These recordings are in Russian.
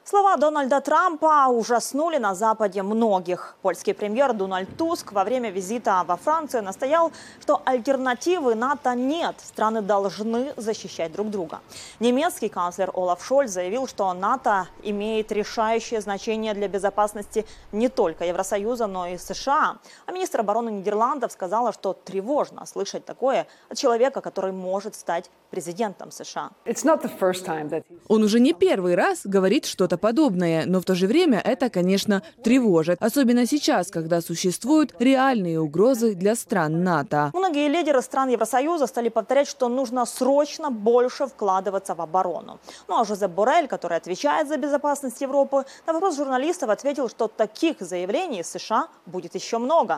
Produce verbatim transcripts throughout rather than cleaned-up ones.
Слова Дональда Трампа ужаснули на Западе многих. Польский премьер Дональд Туск во время визита во Францию настоял, что альтернативы НАТО нет. Страны должны защищать друг друга. Немецкий канцлер Олаф Шольц заявил, что НАТО имеет решающее значение для безопасности не только Евросоюза, но и США. А министр обороны Нидерландов сказала, что тревожно слышать такое от человека, который может стать президентом США. Он уже не первый раз говорит что-то подобное, но в то же время это, конечно, тревожит. Особенно сейчас, когда существуют реальные угрозы для стран НАТО. Многие лидеры стран Евросоюза стали повторять, что нужно срочно больше вкладываться в оборону. Ну а Жозеп Боррель, который отвечает за безопасность Европы, на вопрос журналистов ответил, что таких заявлений из США будет еще много.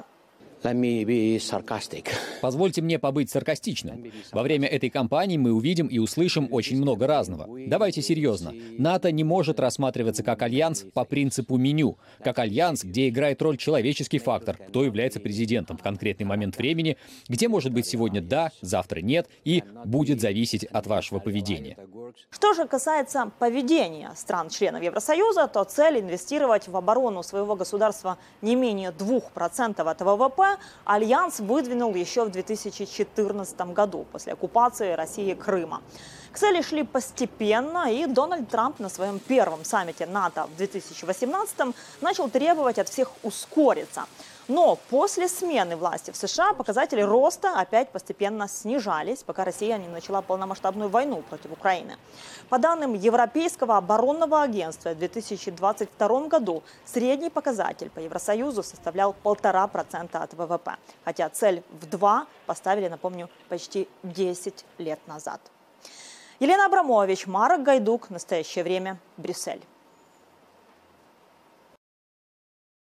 Позвольте мне побыть саркастичным. Во время этой кампании мы увидим и услышим очень много разного. Давайте серьезно. НАТО не может рассматриваться как альянс по принципу меню, как альянс, где играет роль человеческий фактор, кто является президентом в конкретный момент времени, где может быть сегодня да, завтра нет и будет зависеть от вашего поведения. Что же касается поведения стран-членов Евросоюза, то цель инвестировать в оборону своего государства не менее двух процентов от ВВП Альянс выдвинул еще в две тысячи четырнадцатом году после оккупации России Крыма. К цели шли постепенно, и Дональд Трамп на своем первом саммите НАТО в две тысячи восемнадцатом начал требовать от всех ускориться. Но после смены власти в США показатели роста опять постепенно снижались, пока Россия не начала полномасштабную войну против Украины. По данным Европейского оборонного агентства, в две тысячи двадцать втором году средний показатель по Евросоюзу составлял полтора процента от ВВП, хотя цель в два поставили, напомню, почти десять лет назад. Елена Абрамович, Марок Гайдук. Настоящее время. Брюссель.